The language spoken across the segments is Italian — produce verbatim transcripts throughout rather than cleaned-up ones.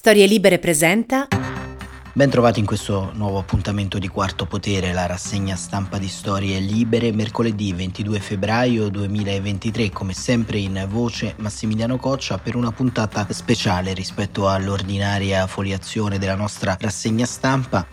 Storie Libere presenta. Ben trovati in questo nuovo appuntamento di Quarto Potere, la rassegna stampa di Storie Libere, mercoledì ventidue febbraio duemilaventitré, come sempre in voce Massimiliano Coccia per una puntata speciale rispetto all'ordinaria foliazione della nostra rassegna stampa.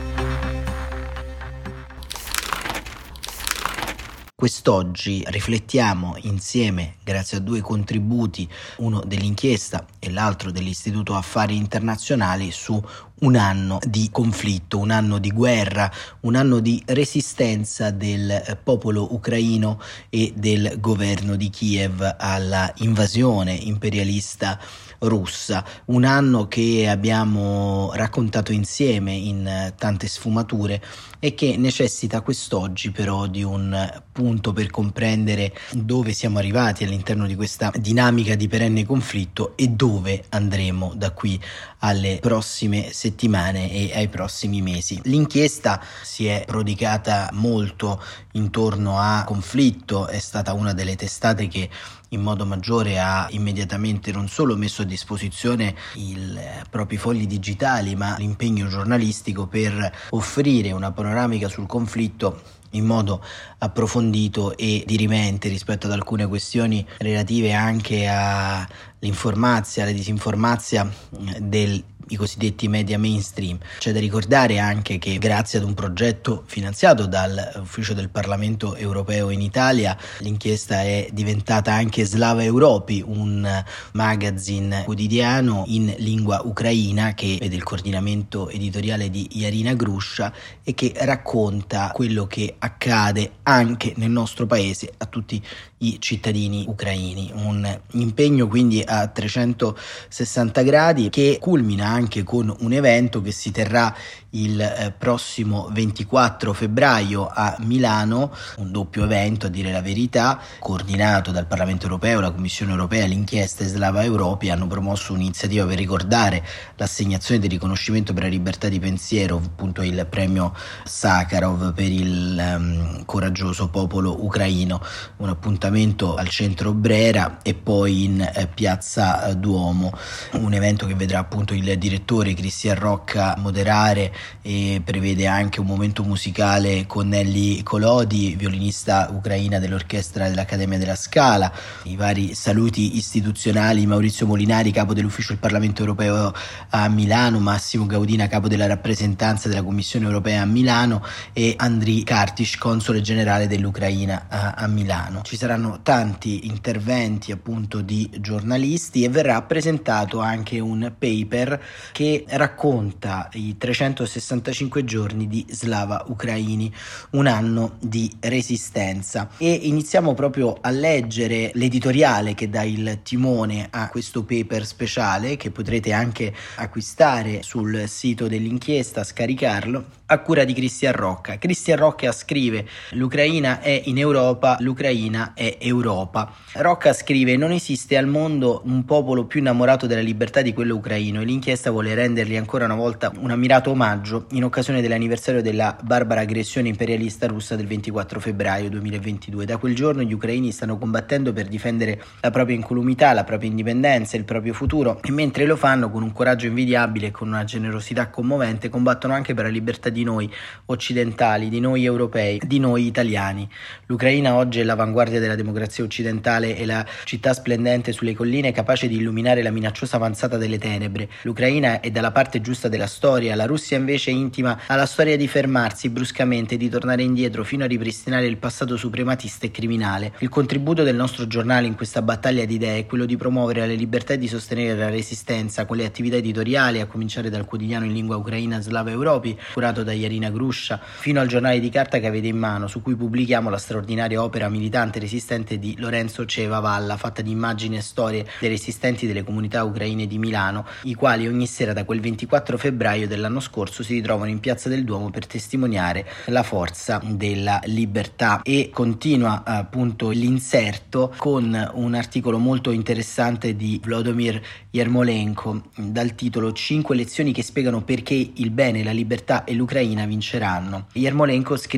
Quest'oggi riflettiamo insieme, grazie a due contributi, uno dell'inchiesta e l'altro dell'Istituto Affari Internazionali, su un anno di conflitto, un anno di guerra, un anno di resistenza del popolo ucraino e del governo di Kiev alla invasione imperialista russa, un anno che abbiamo raccontato insieme in tante sfumature e che necessita quest'oggi però di un punto per comprendere dove siamo arrivati all'interno di questa dinamica di perenne conflitto e dove andremo da qui alle prossime settimane e ai prossimi mesi. L'inchiesta si è prodigata molto intorno a conflitto, è stata una delle testate che in modo maggiore ha immediatamente non solo messo a disposizione i propri fogli digitali, ma l'impegno giornalistico per offrire una panoramica sul conflitto in modo approfondito e dirimente rispetto ad alcune questioni relative anche all'informazia, alla disinformazia del i cosiddetti media mainstream. C'è da ricordare anche che grazie ad un progetto finanziato dall'Ufficio del Parlamento Europeo in Italia, l'inchiesta è diventata anche Slava Europi, un magazine quotidiano in lingua ucraina che vede il coordinamento editoriale di Yarina Grusha e che racconta quello che accade anche nel nostro paese a tutti i cittadini ucraini. Un impegno quindi a trecentosessanta gradi che culmina anche con un evento che si terrà il eh, prossimo ventiquattro febbraio a Milano, un doppio evento a dire la verità, coordinato dal Parlamento Europeo, la Commissione Europea, l'inchiesta e Slava Europi hanno promosso un'iniziativa per ricordare l'assegnazione del riconoscimento per la libertà di pensiero, appunto il premio Sakharov per il um, coraggioso popolo ucraino, un appuntamento al centro Brera e poi in eh, piazza Duomo, un evento che vedrà appunto il direttore Cristian Rocca moderare e prevede anche un momento musicale con Nelly Kolodi, violinista ucraina dell'orchestra dell'Accademia della Scala, i vari saluti istituzionali, Maurizio Molinari, capo dell'ufficio del Parlamento Europeo a Milano, Massimo Gaudina, capo della rappresentanza della Commissione Europea a Milano e Andriy Kartish, console generale dell'Ucraina a, a Milano. Ci saranno tanti interventi appunto di giornalisti e verrà presentato anche un paper che racconta i trecentosessantacinque giorni di Slava Ucraini, un anno di resistenza, e iniziamo proprio a leggere l'editoriale che dà il timone a questo paper speciale che potrete anche acquistare sul sito dell'inchiesta, scaricarlo, a cura di Cristian Rocca. Cristian Rocca scrive: l'Ucraina è in Europa, l'Ucraina è Europa. Rocca scrive: non esiste al mondo un popolo più innamorato della libertà di quello ucraino, e l'inchiesta vuole rendergli ancora una volta un ammirato omaggio in occasione dell'anniversario della barbara aggressione imperialista russa del ventiquattro febbraio duemilaventidue. Da quel giorno gli ucraini stanno combattendo per difendere la propria incolumità, la propria indipendenza, il proprio futuro, e mentre lo fanno con un coraggio invidiabile e con una generosità commovente, combattono anche per la libertà di noi occidentali, di noi europei, di noi italiani. L'Ucraina oggi è l'avanguardia della democrazia occidentale e la città splendente sulle colline capace di illuminare la minacciosa avanzata delle tenebre. L'Ucraina è dalla parte giusta della storia, la Russia invece è intima alla storia di fermarsi bruscamente, di tornare indietro fino a ripristinare il passato suprematista e criminale. Il contributo del nostro giornale in questa battaglia di idee è quello di promuovere le libertà e di sostenere la resistenza con le attività editoriali, a cominciare dal quotidiano in lingua ucraina Slava Europi, curato da Yarina Grusha, fino al giornale di carta che avete in mano, su cui pubblichiamo la straordinaria opera militante e resistente di Lorenzo Ceva Valla, fatta di immagini e storie dei resistenti delle comunità ucraine di Milano, i quali ogni sera da quel ventiquattro febbraio dell'anno scorso si ritrovano in piazza del Duomo per testimoniare la forza della libertà. E continua appunto l'inserto con un articolo molto interessante di Vladimir Yermolenko dal titolo cinque lezioni che spiegano perché il bene, la libertà e l'Ucraina vinceranno. Yermolenko scrive: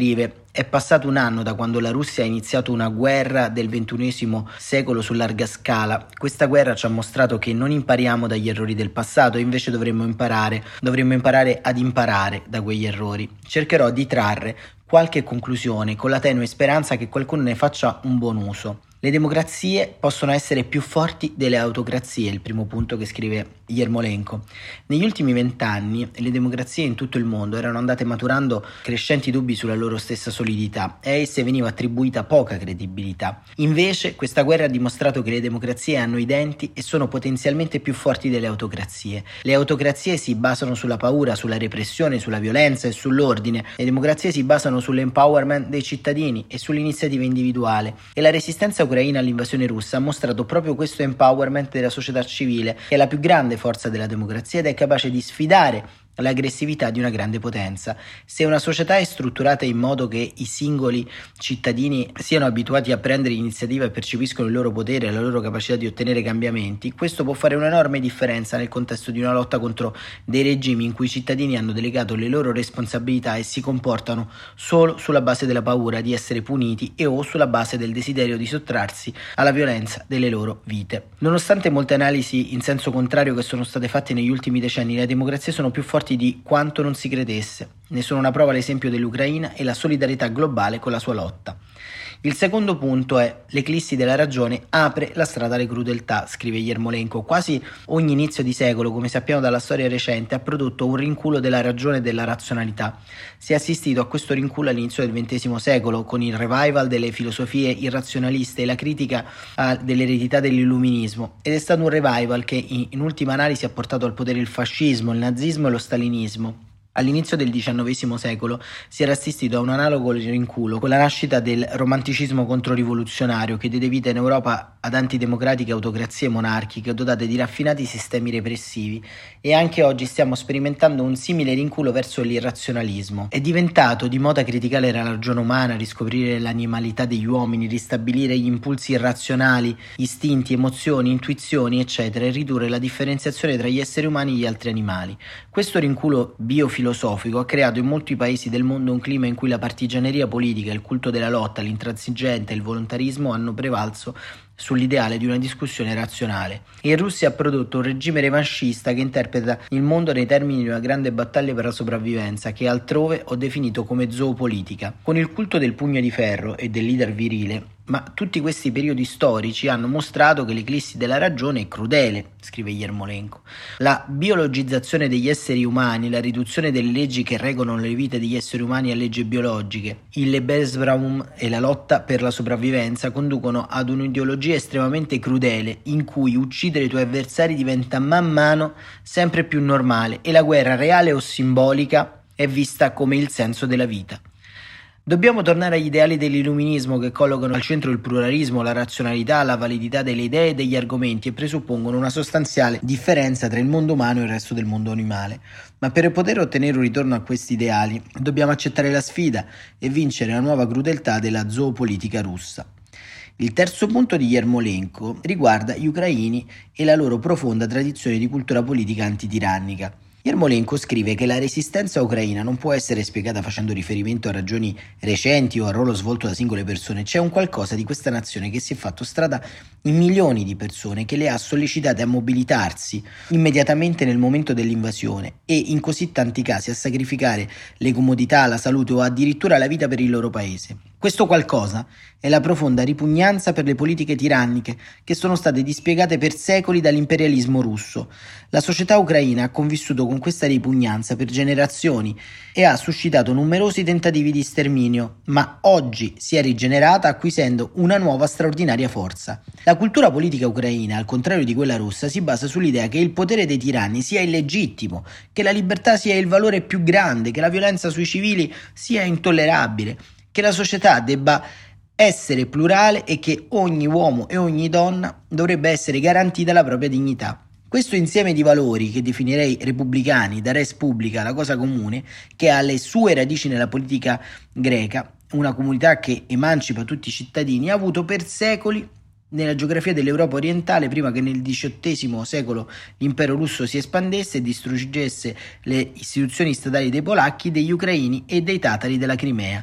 È passato un anno da quando la Russia ha iniziato una guerra del ventunesimo secolo su larga scala. Questa guerra ci ha mostrato che non impariamo dagli errori del passato e invece dovremmo imparare, dovremmo imparare ad imparare da quegli errori. Cercherò di trarre qualche conclusione con la tenue speranza che qualcuno ne faccia un buon uso. Le democrazie possono essere più forti delle autocrazie, è il primo punto che scrive Yermolenko. Negli ultimi vent'anni le democrazie in tutto il mondo erano andate maturando crescenti dubbi sulla loro stessa solidità e a esse veniva attribuita poca credibilità. Invece questa guerra ha dimostrato che le democrazie hanno i denti e sono potenzialmente più forti delle autocrazie. Le autocrazie si basano sulla paura, sulla repressione, sulla violenza e sull'ordine. Le democrazie si basano sull'empowerment dei cittadini e sull'iniziativa individuale, e la resistenza ucraina all'invasione russa ha mostrato proprio questo empowerment della società civile, che è la più grande forza della democrazia ed è capace di sfidare l'aggressività di una grande potenza. Se una società è strutturata in modo che i singoli cittadini siano abituati a prendere iniziativa e percepiscono il loro potere e la loro capacità di ottenere cambiamenti, questo può fare un'enorme differenza nel contesto di una lotta contro dei regimi in cui i cittadini hanno delegato le loro responsabilità e si comportano solo sulla base della paura di essere puniti e o sulla base del desiderio di sottrarsi alla violenza delle loro vite. Nonostante molte analisi in senso contrario che sono state fatte negli ultimi decenni, le democrazie sono più forti di quanto non si credesse. Ne sono una prova l'esempio dell'Ucraina e la solidarietà globale con la sua lotta. Il secondo punto è: l'eclissi della ragione apre la strada alle crudeltà, scrive Yermolenko. Quasi ogni inizio di secolo, come sappiamo dalla storia recente, ha prodotto un rinculo della ragione e della razionalità. Si è assistito a questo rinculo all'inizio del ventesimo secolo, con il revival delle filosofie irrazionaliste e la critica ah, dell'eredità dell'illuminismo, ed è stato un revival che in, in ultima analisi ha portato al potere il fascismo, il nazismo e lo stalinismo. All'inizio del diciannovesimo secolo si era assistito a un analogo rinculo con la nascita del romanticismo controrivoluzionario, che diede vita in Europa ad antidemocratiche autocrazie monarchiche dotate di raffinati sistemi repressivi, e anche oggi stiamo sperimentando un simile rinculo verso l'irrazionalismo. È diventato di moda criticare la ragione umana, riscoprire l'animalità degli uomini, ristabilire gli impulsi irrazionali, istinti, emozioni, intuizioni, eccetera, e ridurre la differenziazione tra gli esseri umani e gli altri animali. Questo rinculo biofilosofico filosofico ha creato in molti paesi del mondo un clima in cui la partigianeria politica, il culto della lotta, l'intransigenza e il volontarismo hanno prevalso sull'ideale di una discussione razionale. In Russia ha prodotto un regime revanchista che interpreta il mondo nei termini di una grande battaglia per la sopravvivenza, che altrove ho definito come zoopolitica. Con il culto del pugno di ferro e del leader virile, ma tutti questi periodi storici hanno mostrato che l'eclissi della ragione è crudele, scrive Yermolenko. La biologizzazione degli esseri umani, la riduzione delle leggi che regolano le vite degli esseri umani a leggi biologiche, il Lebensraum e la lotta per la sopravvivenza conducono ad un'ideologia estremamente crudele in cui uccidere i tuoi avversari diventa man mano sempre più normale e la guerra, reale o simbolica, è vista come il senso della vita. Dobbiamo tornare agli ideali dell'illuminismo, che collocano al centro il pluralismo, la razionalità, la validità delle idee e degli argomenti e presuppongono una sostanziale differenza tra il mondo umano e il resto del mondo animale. Ma per poter ottenere un ritorno a questi ideali dobbiamo accettare la sfida e vincere la nuova crudeltà della zoopolitica russa. Il terzo punto di Yermolenko riguarda gli ucraini e la loro profonda tradizione di cultura politica antitirannica. Yermolenko scrive che la resistenza ucraina non può essere spiegata facendo riferimento a ragioni recenti o al ruolo svolto da singole persone. C'è un qualcosa di questa nazione che si è fatto strada in milioni di persone, che le ha sollecitate a mobilitarsi immediatamente nel momento dell'invasione e in così tanti casi a sacrificare le comodità, la salute o addirittura la vita per il loro paese. Questo qualcosa è la profonda ripugnanza per le politiche tiranniche che sono state dispiegate per secoli dall'imperialismo russo. La società ucraina ha convissuto con questa ripugnanza per generazioni e ha suscitato numerosi tentativi di sterminio, ma oggi si è rigenerata acquisendo una nuova straordinaria forza. La cultura politica ucraina, al contrario di quella russa, si basa sull'idea che il potere dei tiranni sia illegittimo, che la libertà sia il valore più grande, che la violenza sui civili sia intollerabile, che la società debba essere plurale e che ogni uomo e ogni donna dovrebbe essere garantita la propria dignità. Questo insieme di valori, che definirei repubblicani, da res publica, la cosa comune, che ha le sue radici nella politica greca, una comunità che emancipa tutti i cittadini, ha avuto per secoli nella geografia dell'Europa orientale, prima che nel diciottesimo secolo l'impero russo si espandesse e distruggesse le istituzioni statali dei polacchi, degli ucraini e dei tatari della Crimea.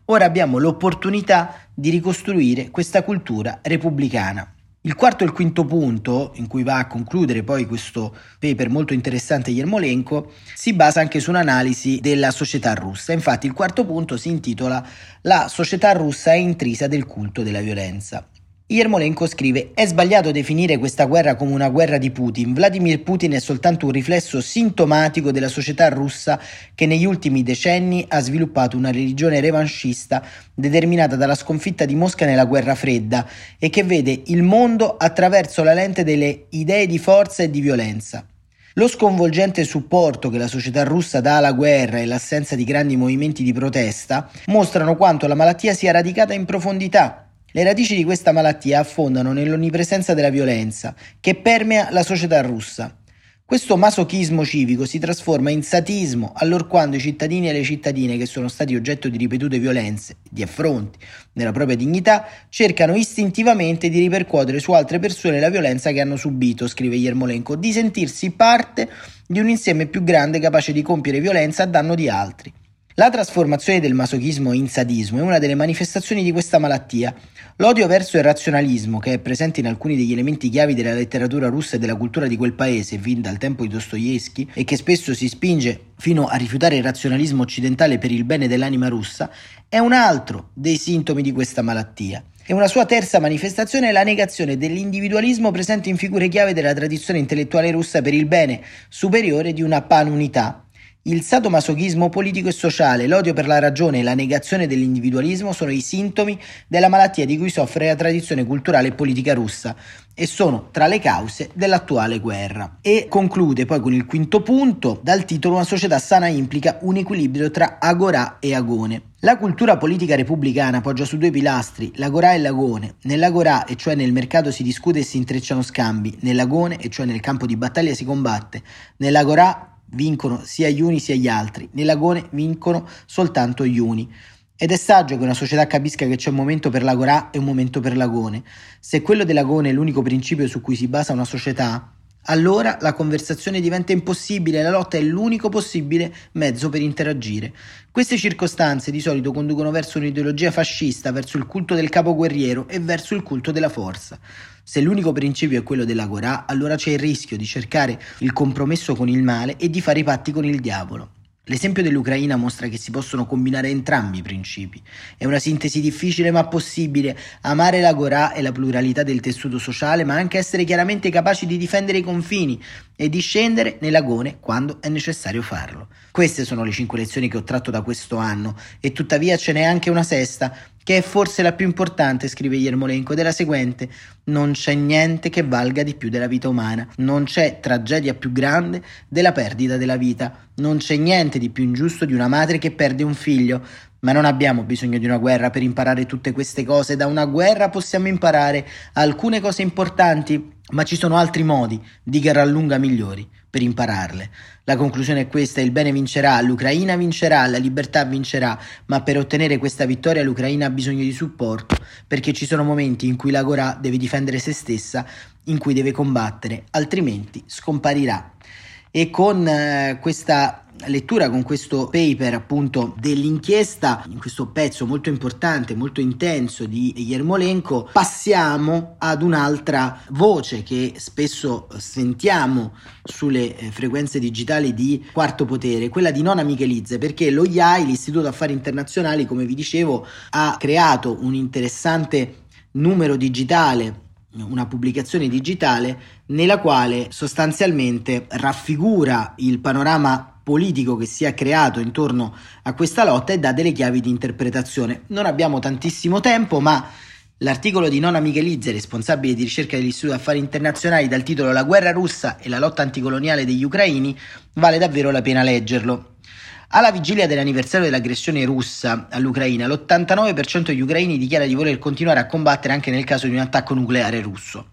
Ora abbiamo l'opportunità di ricostruire questa cultura repubblicana. Il quarto e il quinto punto, in cui va a concludere poi questo paper molto interessante di Yermolenko, si basa anche su un'analisi della società russa. Infatti il quarto punto si intitola "La società russa è intrisa del culto della violenza". Yermolenko scrive: è sbagliato definire questa guerra come una guerra di Putin. Vladimir Putin è soltanto un riflesso sintomatico della società russa che negli ultimi decenni ha sviluppato una religione revanchista determinata dalla sconfitta di Mosca nella guerra fredda e che vede il mondo attraverso la lente delle idee di forza e di violenza. Lo sconvolgente supporto che la società russa dà alla guerra e l'assenza di grandi movimenti di protesta mostrano quanto la malattia sia radicata in profondità. Le radici di questa malattia affondano nell'onnipresenza della violenza, che permea la società russa. Questo masochismo civico si trasforma in sadismo allorquando i cittadini e le cittadine che sono stati oggetto di ripetute violenze, di affronti nella propria dignità, cercano istintivamente di ripercuotere su altre persone la violenza che hanno subito, scrive Yermolenko, di sentirsi parte di un insieme più grande capace di compiere violenza a danno di altri. La trasformazione del masochismo in sadismo è una delle manifestazioni di questa malattia. L'odio verso il razionalismo, che è presente in alcuni degli elementi chiavi della letteratura russa e della cultura di quel paese, fin dal tempo di Dostoevskij, e che spesso si spinge fino a rifiutare il razionalismo occidentale per il bene dell'anima russa, è un altro dei sintomi di questa malattia. E una sua terza manifestazione è la negazione dell'individualismo presente in figure chiave della tradizione intellettuale russa per il bene superiore di una panunità. Il sadomasochismo politico e sociale, l'odio per la ragione e la negazione dell'individualismo sono i sintomi della malattia di cui soffre la tradizione culturale e politica russa e sono tra le cause dell'attuale guerra. E conclude poi con il quinto punto, dal titolo "Una società sana implica un equilibrio tra agorà e agone". La cultura politica repubblicana poggia su due pilastri, l'agorà e l'agone. Nell'agorà, e cioè nel mercato, si discute e si intrecciano scambi, nell'agone, e cioè nel campo di battaglia, si combatte. Nell'agorà vincono sia gli uni sia gli altri, nell'agone vincono soltanto gli uni. Ed è saggio che una società capisca che c'è un momento per l'agorà e un momento per l'agone. Se quello dell'agone è l'unico principio su cui si basa una società, allora la conversazione diventa impossibile e la lotta è l'unico possibile mezzo per interagire. Queste circostanze di solito conducono verso un'ideologia fascista, verso il culto del capo guerriero e verso il culto della forza. Se l'unico principio è quello dell'agorà, allora c'è il rischio di cercare il compromesso con il male e di fare i patti con il diavolo. L'esempio dell'Ucraina mostra che si possono combinare entrambi i principi. È una sintesi difficile ma possibile: amare l'agorà e la pluralità del tessuto sociale, ma anche essere chiaramente capaci di difendere i confini e di scendere nell'agone quando è necessario farlo. Queste sono le cinque lezioni che ho tratto da questo anno, e tuttavia ce n'è anche una sesta, che è forse la più importante, scrive Yermolenko, ed è la seguente: non c'è niente che valga di più della vita umana, non c'è tragedia più grande della perdita della vita, non c'è niente di più ingiusto di una madre che perde un figlio. Ma non abbiamo bisogno di una guerra per imparare tutte queste cose. Da una guerra possiamo imparare alcune cose importanti, ma ci sono altri modi di guerra lunga migliori per impararle. La conclusione è questa: il bene vincerà, l'Ucraina vincerà, la libertà vincerà, ma per ottenere questa vittoria l'Ucraina ha bisogno di supporto, perché ci sono momenti in cui l'agorà deve difendere se stessa, in cui deve combattere, altrimenti scomparirà. E con eh, questa lettura, con questo paper appunto dell'inchiesta, in questo pezzo molto importante, molto intenso di Yermolenko, passiamo ad un'altra voce che spesso sentiamo sulle frequenze digitali di Quarto Potere, quella di Nona Michelidze, perché lo I A I, l'Istituto Affari Internazionali, come vi dicevo, ha creato un interessante numero digitale, una pubblicazione digitale nella quale sostanzialmente raffigura il panorama politico che si è creato intorno a questa lotta e dà delle chiavi di interpretazione. Non abbiamo tantissimo tempo, ma l'articolo di Nona Michelidze, responsabile di ricerca dell'Istituto Affari Internazionali, dal titolo "La guerra russa e la lotta anticoloniale degli ucraini", vale davvero la pena leggerlo. Alla vigilia dell'anniversario dell'aggressione russa all'Ucraina, l'ottantanove per cento degli ucraini dichiara di voler continuare a combattere anche nel caso di un attacco nucleare russo.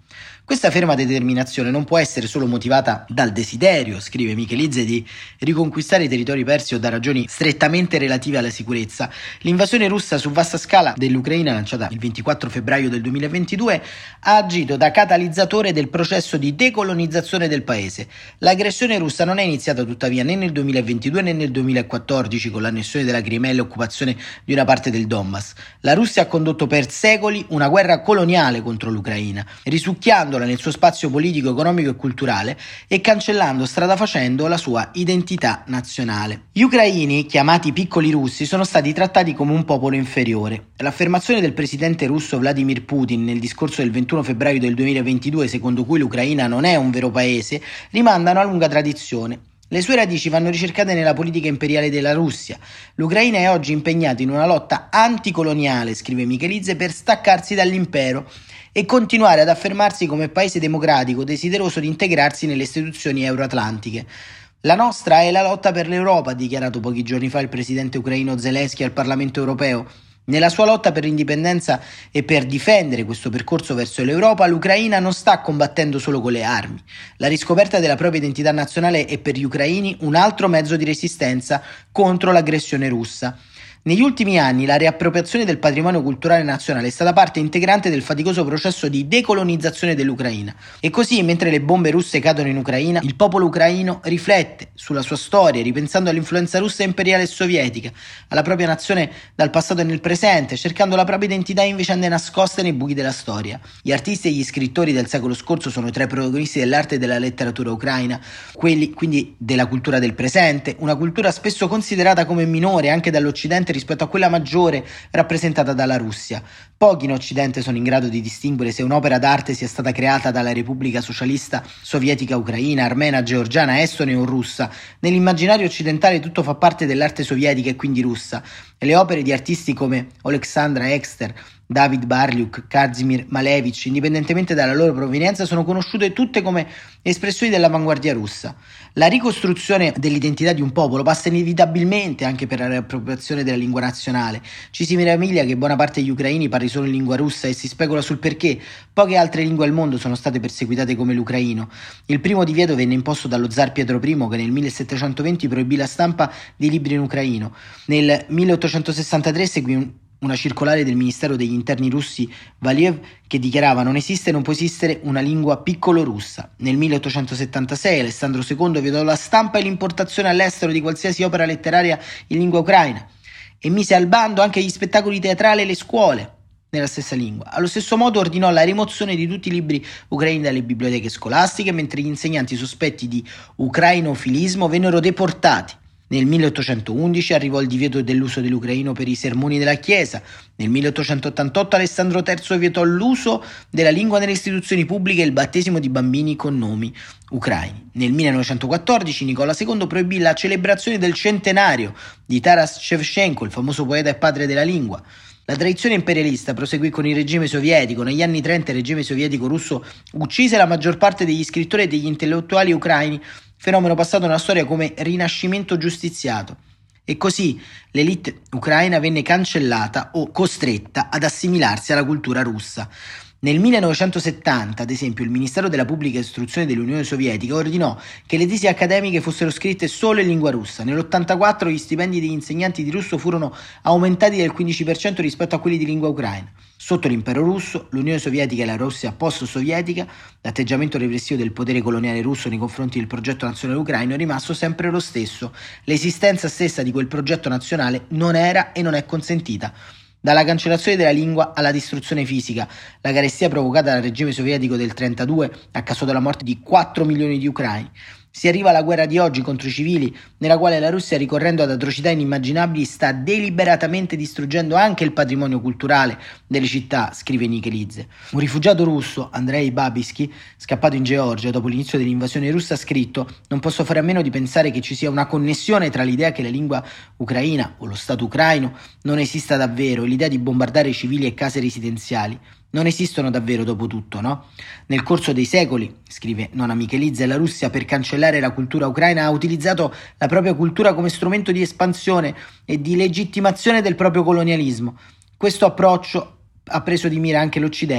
Questa ferma determinazione non può essere solo motivata dal desiderio, scrive Michelidze, di riconquistare i territori persi o da ragioni strettamente relative alla sicurezza. L'invasione russa su vasta scala dell'Ucraina, lanciata il ventiquattro febbraio del duemilaventidue, ha agito da catalizzatore del processo di decolonizzazione del paese. L'aggressione russa non è iniziata tuttavia né nel duemilaventidue né nel duemilaquattordici con l'annessione della Crimea e l'occupazione di una parte del Donbass. La Russia ha condotto per secoli una guerra coloniale contro l'Ucraina, risucchiandola nel suo spazio politico, economico e culturale e cancellando strada facendo la sua identità nazionale. Gli ucraini, chiamati piccoli russi, sono stati trattati come un popolo inferiore. L'affermazione del presidente russo Vladimir Putin nel discorso del ventuno febbraio del duemilaventidue, secondo cui l'Ucraina non è un vero paese, rimanda a una lunga tradizione. Le sue radici vanno ricercate nella politica imperiale della Russia. L'Ucraina è oggi impegnata in una lotta anticoloniale, scrive Michelidze, per staccarsi dall'impero e continuare ad affermarsi come paese democratico desideroso di integrarsi nelle istituzioni euroatlantiche. La nostra è la lotta per l'Europa, ha dichiarato pochi giorni fa il presidente ucraino Zelensky al Parlamento europeo. Nella sua lotta per l'indipendenza e per difendere questo percorso verso l'Europa, l'Ucraina non sta combattendo solo con le armi. La riscoperta della propria identità nazionale è per gli ucraini un altro mezzo di resistenza contro l'aggressione russa. Negli ultimi anni la riappropriazione del patrimonio culturale nazionale è stata parte integrante del faticoso processo di decolonizzazione dell'Ucraina. E così, mentre le bombe russe cadono in Ucraina, il popolo ucraino riflette sulla sua storia, ripensando all'influenza russa imperiale e sovietica, alla propria nazione dal passato e nel presente, cercando la propria identità in vicende nascoste nei buchi della storia. Gli artisti e gli scrittori del secolo scorso sono tra i protagonisti dell'arte e della letteratura ucraina, quelli quindi della cultura del presente, una cultura spesso considerata come minore anche dall'Occidente rispetto a quella maggiore rappresentata dalla Russia. Pochi in Occidente sono in grado di distinguere se un'opera d'arte sia stata creata dalla Repubblica Socialista Sovietica Ucraina, armena, georgiana, estone o russa. Nell'immaginario occidentale tutto fa parte dell'arte sovietica e quindi russa. E le opere di artisti come Oleksandra Exter, David Barliuk, Kazimir Malevich, indipendentemente dalla loro provenienza, sono conosciute tutte come espressioni dell'avanguardia russa. La ricostruzione dell'identità di un popolo passa inevitabilmente anche per la riappropriazione della lingua nazionale. Ci si meraviglia che buona parte degli ucraini parli solo in lingua russa e si specula sul perché poche altre lingue al mondo sono state perseguitate come l'ucraino. Il primo divieto venne imposto dallo zar Pietro I, che nel millesettecentoventi proibì la stampa di libri in ucraino. Nel milleottocentosessantatré seguì un una circolare del Ministero degli Interni russi Valiev che dichiarava: non esiste e non può esistere una lingua piccolo russa. Nel milleottocentosettantasei Alessandro secondo vietò la stampa e l'importazione all'estero di qualsiasi opera letteraria in lingua ucraina e mise al bando anche gli spettacoli teatrali e le scuole nella stessa lingua. Allo stesso modo ordinò la rimozione di tutti i libri ucraini dalle biblioteche scolastiche, mentre gli insegnanti sospetti di ucrainofilismo vennero deportati. Nel milleottocentoundici arrivò il divieto dell'uso dell'ucraino per i sermoni della Chiesa. Nel milleottocentottantotto Alessandro terzo vietò l'uso della lingua nelle istituzioni pubbliche e il battesimo di bambini con nomi ucraini. Nel millenovecentoquattordici Nicola secondo proibì la celebrazione del centenario di Taras Shevchenko, il famoso poeta e padre della lingua. La tradizione imperialista proseguì con il regime sovietico. Negli anni trenta il regime sovietico russo uccise la maggior parte degli scrittori e degli intellettuali ucraini, fenomeno passato nella storia come rinascimento giustiziato. E così l'elite ucraina venne cancellata o costretta ad assimilarsi alla cultura russa. Nel millenovecentosettanta, ad esempio, il Ministero della Pubblica Istruzione dell'Unione Sovietica ordinò che le tesi accademiche fossero scritte solo in lingua russa. Nell'ottantaquattro gli stipendi degli insegnanti di russo furono aumentati del quindici per cento rispetto a quelli di lingua ucraina. Sotto l'impero russo, l'Unione Sovietica e la Russia post-sovietica, l'atteggiamento repressivo del potere coloniale russo nei confronti del progetto nazionale ucraino è rimasto sempre lo stesso. L'esistenza stessa di quel progetto nazionale non era e non è consentita. Dalla cancellazione della lingua alla distruzione fisica, la carestia provocata dal regime sovietico del trentadue a causa della morte di quattro milioni di ucraini. Si arriva alla guerra di oggi contro i civili, nella quale la Russia, ricorrendo ad atrocità inimmaginabili, sta deliberatamente distruggendo anche il patrimonio culturale delle città, scrive Michelidze. Un rifugiato russo, Andrei Babisky, scappato in Georgia dopo l'inizio dell'invasione russa, ha scritto: «Non posso fare a meno di pensare che ci sia una connessione tra l'idea che la lingua ucraina o lo Stato ucraino non esista davvero e l'idea di bombardare civili e case residenziali. Non esistono davvero dopo tutto, no? Nel corso dei secoli, scrive Nona Michelidze, la Russia per cancellare la cultura ucraina ha utilizzato la propria cultura come strumento di espansione e di legittimazione del proprio colonialismo. Questo approccio ha preso di mira anche l'Occidente.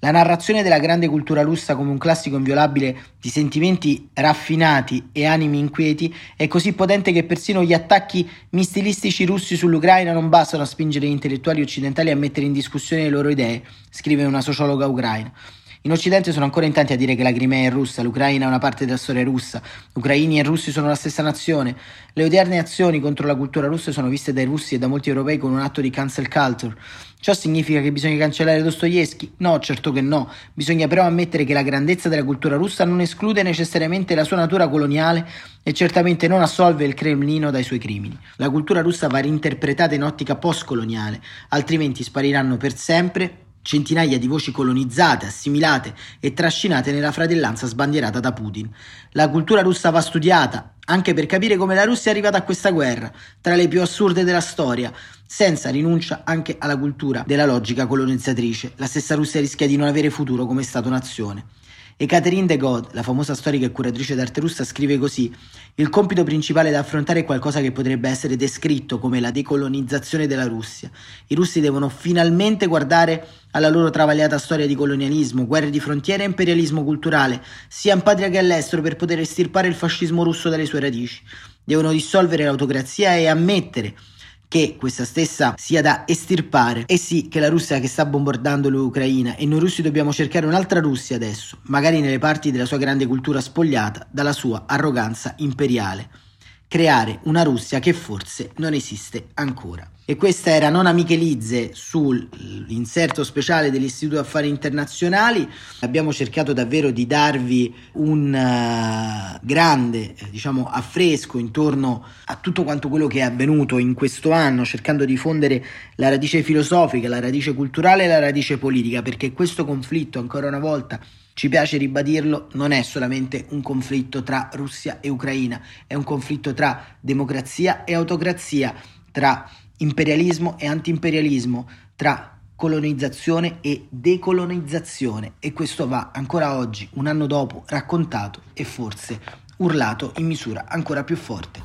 La narrazione della grande cultura russa come un classico inviolabile di sentimenti raffinati e animi inquieti è così potente che persino gli attacchi missilistici russi sull'Ucraina non bastano a spingere gli intellettuali occidentali a mettere in discussione le loro idee, scrive una sociologa ucraina. In Occidente sono ancora in tanti a dire che la Crimea è russa, l'Ucraina è una parte della storia russa, ucraini e russi sono la stessa nazione. Le odierne azioni contro la cultura russa sono viste dai russi e da molti europei come un atto di cancel culture. Ciò significa che bisogna cancellare Dostoevsky? No, certo che no. Bisogna però ammettere che la grandezza della cultura russa non esclude necessariamente la sua natura coloniale e certamente non assolve il Cremlino dai suoi crimini. La cultura russa va reinterpretata in ottica postcoloniale, altrimenti spariranno per sempre centinaia di voci colonizzate, assimilate e trascinate nella fratellanza sbandierata da Putin. La cultura russa va studiata, anche per capire come la Russia è arrivata a questa guerra, tra le più assurde della storia, senza rinuncia anche alla cultura della logica colonizzatrice. La stessa Russia rischia di non avere futuro come Stato-nazione. E Catherine de God, la famosa storica e curatrice d'arte russa, scrive così: il compito principale da affrontare è qualcosa che potrebbe essere descritto come la decolonizzazione della Russia. I russi devono finalmente guardare alla loro travagliata storia di colonialismo, guerre di frontiera e imperialismo culturale, sia in patria che all'estero, per poter estirpare il fascismo russo dalle sue radici. Devono dissolvere l'autocrazia e ammettere che questa stessa sia da estirpare. E sì, che la Russia che sta bombardando l'Ucraina, e noi russi dobbiamo cercare un'altra Russia adesso, magari nelle parti della sua grande cultura spogliata dalla sua arroganza imperiale. Creare una Russia che forse non esiste ancora. E questa era Nona Michelizze sull'inserto speciale dell'Istituto Affari Internazionali. Abbiamo cercato davvero di darvi un uh, grande eh, diciamo affresco intorno a tutto quanto quello che è avvenuto in questo anno, cercando di fondere la radice filosofica, la radice culturale e la radice politica, perché questo conflitto, ancora una volta ci piace ribadirlo, non è solamente un conflitto tra Russia e Ucraina, è un conflitto tra democrazia e autocrazia, tra imperialismo e antiimperialismo, tra colonizzazione e decolonizzazione, e questo va ancora oggi, un anno dopo, raccontato e forse urlato in misura ancora più forte.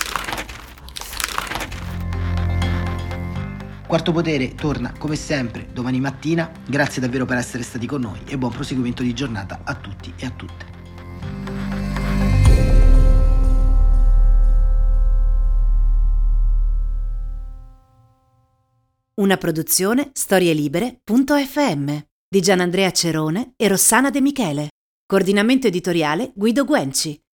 Quarto Potere torna come sempre domani mattina. Grazie davvero per essere stati con noi e buon proseguimento di giornata a tutti e a tutte. Una produzione storielibere punto effe emme di Gianandrea Cerone e Rossana De Michele. Coordinamento editoriale Guido Guenci.